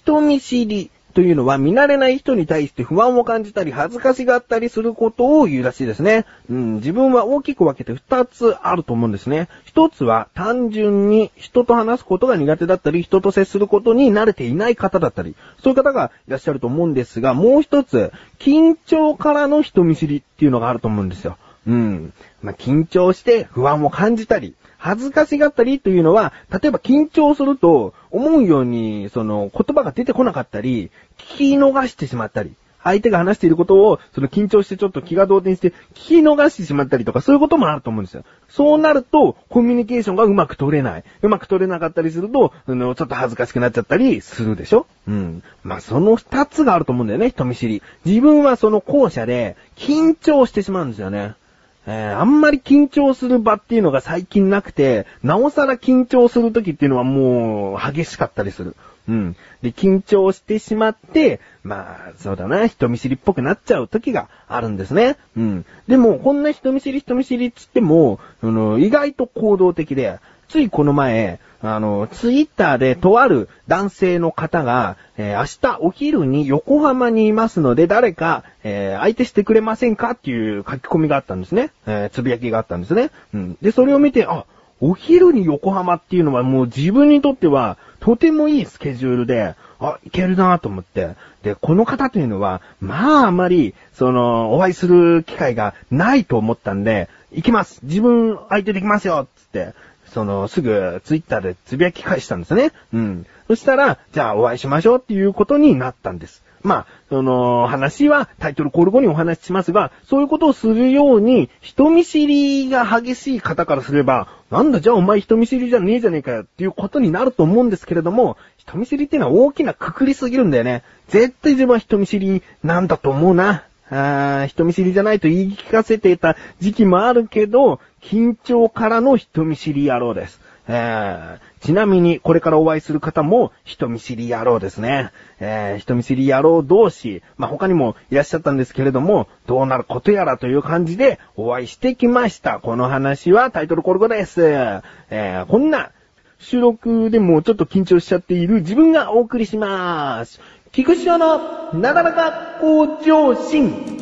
人見知りというのは見慣れない人に対して不安を感じたり恥ずかしがったりすることを言うらしいですね。自分は大きく分けて2つあると思うんですね。1つは単純に人と話すことが苦手だったり、人と接することに慣れていない方だったり、そういう方がいらっしゃると思うんですが、もう1つ、緊張からの人見知りっていうのがあると思うんですよ。緊張して不安を感じたり、恥ずかしがったりというのは、例えば緊張すると、思うように、言葉が出てこなかったり、聞き逃してしまったり、相手が話していることを、緊張してちょっと気が動転して、聞き逃してしまったりとか、そういうこともあると思うんですよ。そうなると、コミュニケーションがうまく取れない。うまく取れなかったりすると、ちょっと恥ずかしくなっちゃったりするでしょ？その2つがあると思うんだよね、人見知り。自分はその後者で、緊張してしまうんですよね。あんまり緊張する場っていうのが最近なくて、なおさら緊張する時っていうのはもう激しかったりする。で、緊張してしまって、そうだな、人見知りっぽくなっちゃう時があるんですね。でも、こんな人見知りっつっても、意外と行動的で、ついこの前、ツイッターでとある男性の方が、明日お昼に横浜にいますので誰か、相手してくれませんかっていう書き込みがあったんですね。つぶやきがあったんですね。で、それを見て、お昼に横浜っていうのはもう自分にとってはとてもいいスケジュールで、いけるなと思って。で、この方というのは、あまり、お会いする機会がないと思ったんで、行きます。自分相手できますよつって。すぐツイッターでつぶやき返したんですね。そしたら、じゃあお会いしましょうっていうことになったんです。話はタイトルコール後にお話ししますが、そういうことをするように、人見知りが激しい方からすれば、なんだじゃあお前人見知りじゃねえじゃねえかよっていうことになると思うんですけれども、人見知りっていうのは大きなくくりすぎるんだよね。絶対自分は人見知りなんだと思うな。人見知りじゃないと言い聞かせていた時期もあるけど、緊張からの人見知り野郎です。ちなみにこれからお会いする方も人見知り野郎ですね。人見知り野郎同士、他にもいらっしゃったんですけれども、どうなることやらという感じでお会いしてきました。この話はタイトルコール後です。こんな収録でもちょっと緊張しちゃっている自分がお送りします。菊師匠のなだらか向上心。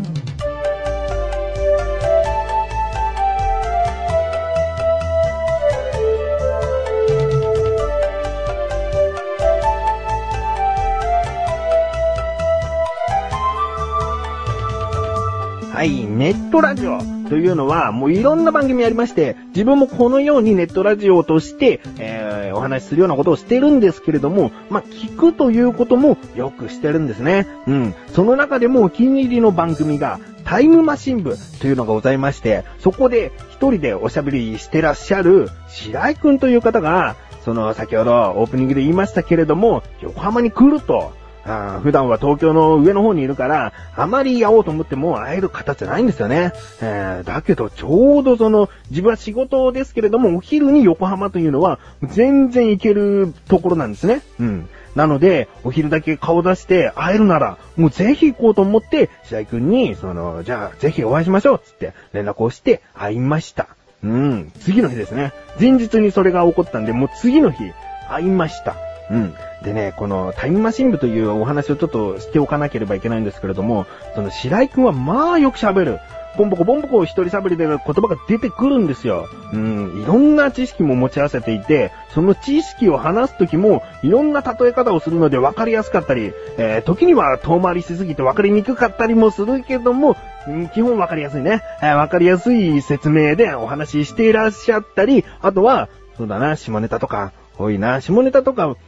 はい、ネットラジオというのはもういろんな番組ありまして、自分もこのようにネットラジオとして、お話しするようなことをしてるんですけれども、聞くということもよくしてるんですね。その中でもお気に入りの番組がタイムマシン部というのがございまして、そこで一人でおしゃべりしてらっしゃる白井くんという方が、先ほどオープニングで言いましたけれども、横浜に来ると。普段は東京の上の方にいるから、あまり会おうと思っても会える方じゃないんですよね。だけどちょうど自分は仕事ですけれども、お昼に横浜というのは全然行けるところなんですね。なので、お昼だけ顔出して会えるなら、もうぜひ行こうと思って、白井くんに、じゃあぜひお会いしましょうつって連絡をして会いました。次の日ですね。前日にそれが起こったんで、もう次の日会いました。でね、このタイムマシン部というお話をちょっとしておかなければいけないんですけれども、白井くんはよく喋る。ボンボコ一人喋りで言葉が出てくるんですよ。いろんな知識も持ち合わせていて、その知識を話すときもいろんな例え方をするので分かりやすかったり、時には遠回りしすぎて分かりにくかったりもするけども、基本分かりやすいね。分かりやすい説明でお話ししていらっしゃったり、あとは、そうだな、下ネタとか多いな。下ネタとか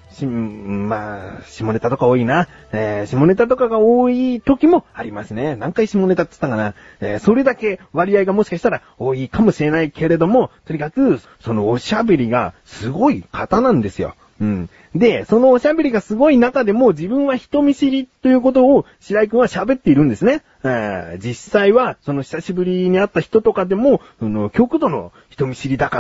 多いな。下ネタとかが多い時もありますね。何回下ネタって言ったかな。それだけ割合がもしかしたら多いかもしれないけれども、とにかく、おしゃべりがすごい方なんですよ。で、そのおしゃべりがすごい中でも自分は人見知りということを白井くんは喋っているんですね。実際は、久しぶりに会った人とかでも、極度の人見知りだからっ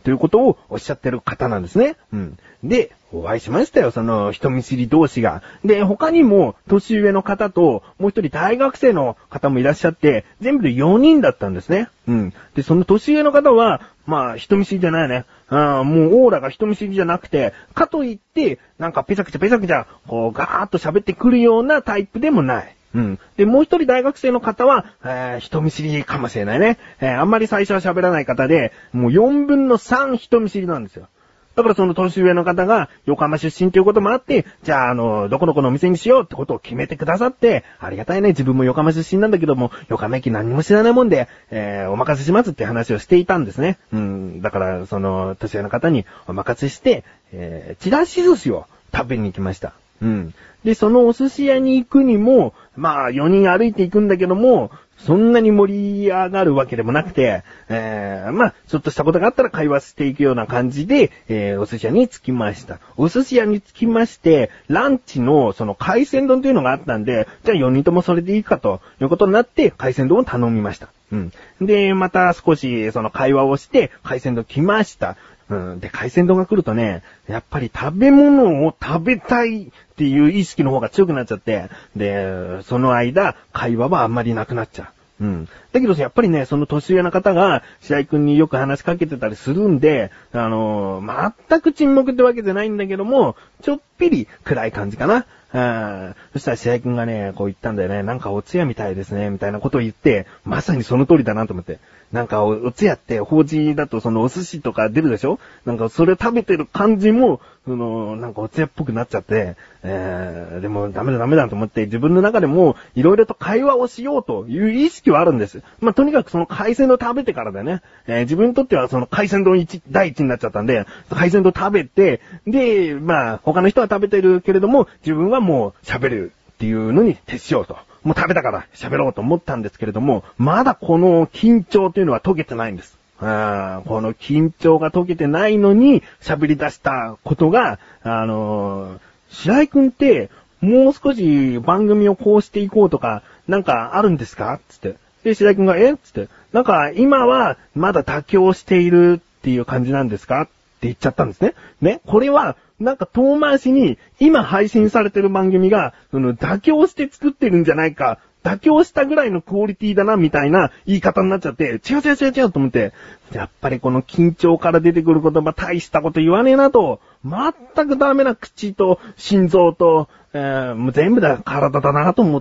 ということをおっしゃってる方なんですね。で、お会いしましたよ、その人見知り同士が。で、他にも年上の方と、もう一人大学生の方もいらっしゃって、全部で4人だったんですね。で、その年上の方は、人見知りじゃないね。もうオーラが人見知りじゃなくて、かといって、なんかペチャクチャ、こうガーッと喋ってくるようなタイプでもない。で、もう一人大学生の方は、人見知りかもしれないね。あんまり最初は喋らない方で、もう4分の3人見知りなんですよ。だからその年上の方が横浜出身ということもあって、じゃあどこのお店にしようってことを決めてくださって、ありがたいね、自分も横浜出身なんだけども、横浜駅何も知らないもんで、お任せしますって話をしていたんですね。だからその年上の方にお任せして、ちらし寿司を食べに行きました。で、そのお寿司屋に行くにも、4人歩いていくんだけども、そんなに盛り上がるわけでもなくて、ちょっとしたことがあったら会話していくような感じで、お寿司屋に着きました。お寿司屋に着きまして、ランチのその海鮮丼というのがあったんで、じゃあ4人ともそれでいいかということになって、海鮮丼を頼みました。で、また少しその会話をして、海鮮丼来ました。で、海鮮丼が来るとね、やっぱり食べ物を食べたいっていう意識の方が強くなっちゃって、で、その間、会話はあんまりなくなっちゃう。だけどやっぱりね、その年上の方が白井くんによく話しかけてたりするんで、全く沈黙ってわけじゃないんだけども、ちょっぴり暗い感じかな。そしたら白井くんがね、こう言ったんだよね。なんかお通夜みたいですね、みたいなことを言って、まさにその通りだなと思って。なんかお通夜って法事だとそのお寿司とか出るでしょ？なんかそれ食べてる感じも、なんかお通夜っぽくなっちゃって、でもダメだと思って自分の中でもいろいろと会話をしようという意識はあるんです。とにかくその海鮮丼食べてからだよね。自分にとってはその海鮮丼第一になっちゃったんで、海鮮丼食べて、で、他の人は食べてるけれども、自分はもう喋るっていうのに徹しようと。もう食べたから喋ろうと思ったんですけれども、まだこの緊張というのは解けてないんです。この緊張が解けてないのに喋り出したことが、白井くんってもう少し番組をこうしていこうとか、なんかあるんですかつって。で、白井くんが、つって。なんか今はまだ妥協しているっていう感じなんですかって言っちゃったんですね。ね、これは、なんか遠回しに、今配信されてる番組が、妥協して作ってるんじゃないか、妥協したぐらいのクオリティだな、みたいな言い方になっちゃって、違うと思って、やっぱりこの緊張から出てくる言葉、大したこと言わねえなと、全くダメな口と心臓と、もう全部だ、体だなと思って、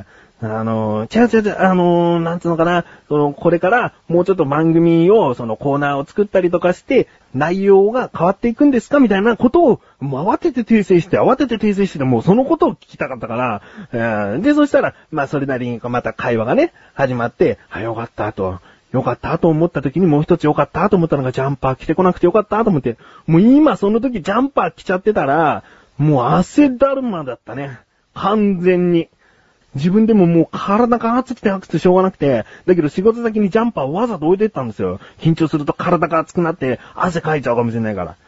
なんつうのかな、これからもうちょっと番組を、そのコーナーを作ったりとかして、内容が変わっていくんですかみたいなことを、もう慌てて訂正して、もうそのことを聞きたかったから、で、そしたら、それなりにまた会話がね、始まって、よかったと思った時にもう一つよかったと思ったのがジャンパー着てこなくてよかったと思って、もう今その時ジャンパー着ちゃってたら、もう汗だるまだったね。完全に。自分でももう体が熱くてしょうがなくて、だけど仕事先にジャンパーをわざと置いてったんですよ。緊張すると体が熱くなって汗かいちゃうかもしれないから。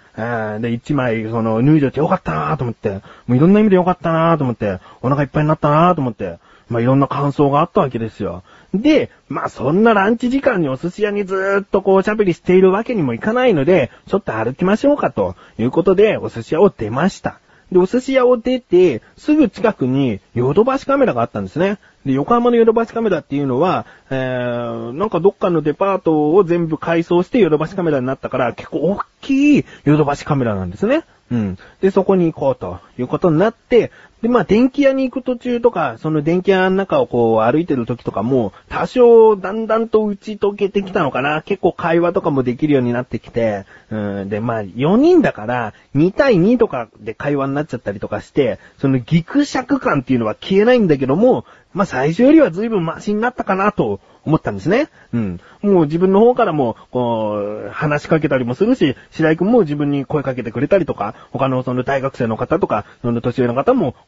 で、一枚脱いじゃってよかったなと思って、もういろんな意味でよかったなと思って、お腹いっぱいになったなと思って、いろんな感想があったわけですよ。で、そんなランチ時間にお寿司屋にずーっとおしゃべりしているわけにもいかないので、ちょっと歩きましょうかということでお寿司屋を出ました。で、お寿司屋を出て、すぐ近くにヨドバシカメラがあったんですね。で、横浜のヨドバシカメラっていうのは、なんかどっかのデパートを全部改装してヨドバシカメラになったから、結構大きいヨドバシカメラなんですね。で、そこに行こうということになって、で、電気屋に行く途中とか、その電気屋の中を歩いてる時とかも、多少だんだんと打ち解けてきたのかな。結構会話とかもできるようになってきて、で、4人だから、2対2とかで会話になっちゃったりとかして、そのギクシャク感っていうのは消えないんだけども、最初よりは随分マシになったかなと思ったんですね。もう自分の方からも、話しかけたりもするし、白井くんも自分に声かけてくれたりとか、他のその大学生の方とか、その年上の方も、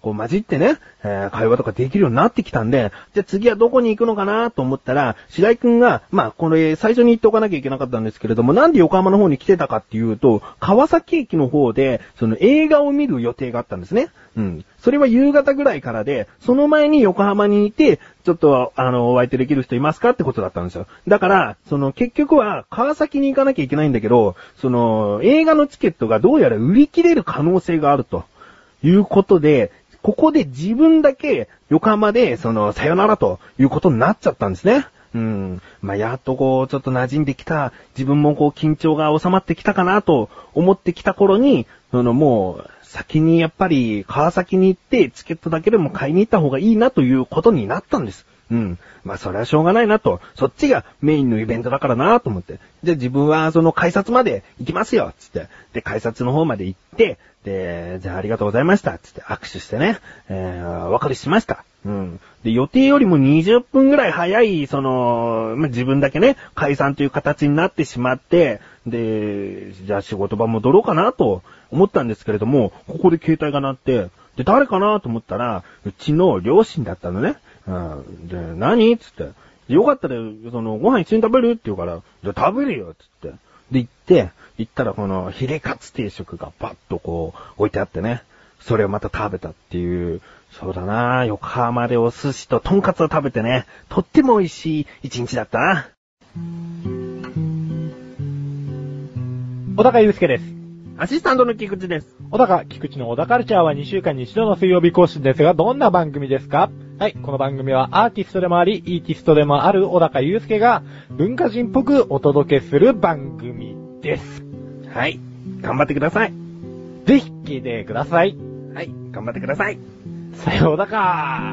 こう混じってね、会話とかできるようになってきたんで、じゃあ次はどこに行くのかなと思ったら、白井くんが、これ最初に言っておかなきゃいけなかったんですけれども、なんで横浜の方に来てたかっていうと、川崎駅の方で、その映画を見る予定があったんですね。それは夕方ぐらいからで、その前に横浜にいて、ちょっと、お相手できる人いますかってことだったんですよ。だから、結局は、川崎に行かなきゃいけないんだけど、映画のチケットがどうやら売り切れる可能性があるということで、ここで自分だけ横浜で、さよならということになっちゃったんですね。やっとこう、ちょっと馴染んできた、自分もこう、緊張が収まってきたかなと思ってきた頃に、もう、先にやっぱり、川崎に行って、チケットだけでも買いに行った方がいいなということになったんです。それはしょうがないなと。そっちがメインのイベントだからなと思って。で、自分は改札まで行きますよ、つって。で、改札の方まで行って、で、じゃあありがとうございました、つって握手してね、お別れしました。で、予定よりも20分ぐらい早い、自分だけね、解散という形になってしまって、で、じゃあ仕事場戻ろうかなと思ったんですけれども、ここで携帯が鳴って、で、誰かなと思ったら、うちの両親だったのね。で、何つって。よかったら、ご飯一緒に食べるって言うから、じゃあ食べるよつって。で、行ったらこのヒレカツ定食がパッとこう置いてあってね。それをまた食べたっていう、そうだな、横浜でお寿司ととんかつを食べてね、とっても美味しい一日だったな。 小高祐介です。 アシスタントの菊池です。 小高、菊池の小高カルチャーは2週間に1度の水曜日更新ですが、どんな番組ですか？はい、この番組はアーティストでもあり、イーティストでもある小高祐介が文化人っぽくお届けする番組です。 はい、頑張ってください。 ぜひ聞いてください。 はい、頑張ってください。 さようだか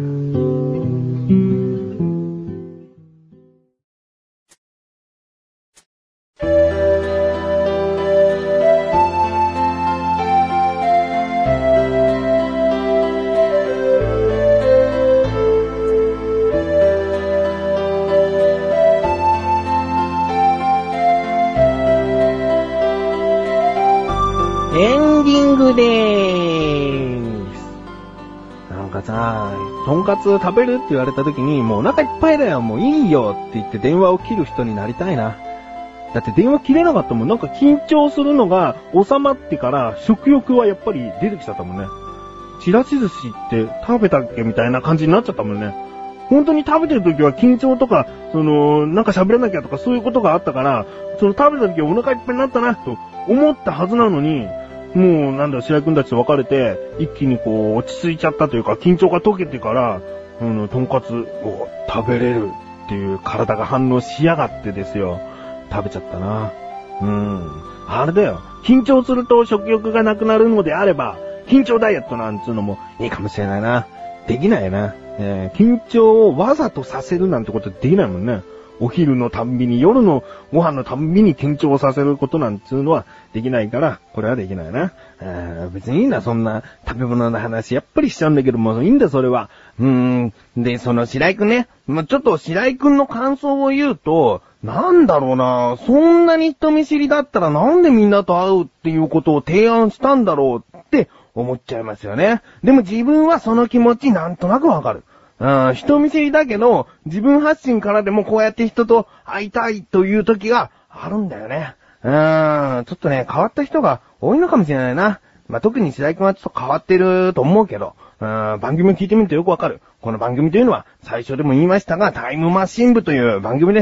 エンディングでーす。なんかさ、とんかつ食べるって言われた時に、もうお腹いっぱいだよ、もういいよって言って電話を切る人になりたいな。だって電話切れなかったもん。なんか緊張するのが収まってから食欲はやっぱり出てきちゃったもんね。ちらし寿司って食べたっけみたいな感じになっちゃったもんね。本当に食べてる時は緊張とか、なんか喋らなきゃとかそういうことがあったから、食べた時はお腹いっぱいになったなと思ったはずなのに、もう白井くんたちと別れて、一気にこう落ち着いちゃったというか、緊張が解けてから、とんかつを食べれるっていう体が反応しやがってですよ。食べちゃったな。あれだよ。緊張すると食欲がなくなるのであれば、緊張ダイエットなんつうのもいいかもしれないな。できないな。緊張をわざとさせるなんてことできないもんね。お昼のたんびに、夜のご飯のたんびに緊張させることなんつうのはできないから、これはできないな。別にいいんだ、そんな食べ物の話。やっぱりしちゃうんだけども、いいんだ、それは。で、白井くんね。ちょっと白井くんの感想を言うと、なんだろうな、そんなに人見知りだったらなんでみんなと会うっていうことを提案したんだろうって思っちゃいますよね。でも自分はその気持ちなんとなくわかる。人見知りだけど、自分発信からでもこうやって人と会いたいという時があるんだよね。ちょっとね、変わった人が多いのかもしれないな。特に白井くんはちょっと変わってると思うけど、番組を聞いてみるとよくわかる。この番組というのは、最初でも言いましたが、タイムマシン部という番組です。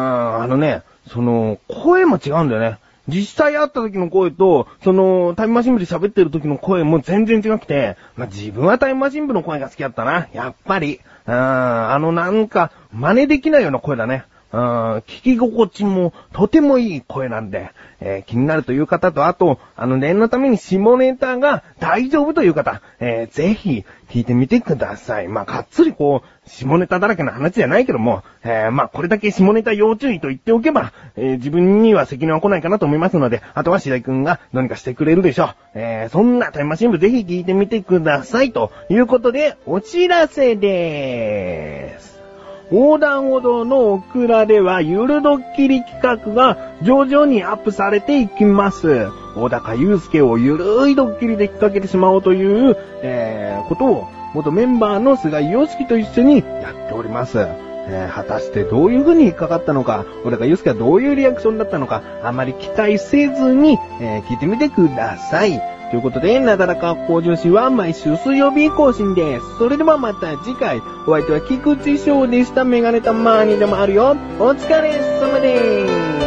声も違うんだよね。実際会った時の声と、タイムマシン部で喋ってる時の声も全然違くて、自分はタイムマシン部の声が好きだったな。やっぱり。なんか、真似できないような声だね。聞き心地もとてもいい声なんで、気になるという方と、あと、念のために下ネタが大丈夫という方、ぜひ聞いてみてください。かっつり下ネタだらけの話じゃないけども、これだけ下ネタ要注意と言っておけば、自分には責任は来ないかなと思いますので、あとは白井くんが何かしてくれるでしょう。そんなタイムマシン部ぜひ聞いてみてくださいということで、お知らせでーす。 横断歩道のオクラではゆるドッキリ企画が徐々にアップされていきます。小高祐介をゆるいドッキリで引っ掛けてしまおうという、ことを元メンバーの菅井良樹と一緒にやっております。果たしてどういう風に引っかかったのか、小高祐介はどういうリアクションだったのか、あまり期待せずに、聞いてみてください。ということで、なだらか向上心は毎週水曜日更新です。それではまた次回、お相手は菊池翔でした。メガネたまーにでもあるよ。お疲れ様です。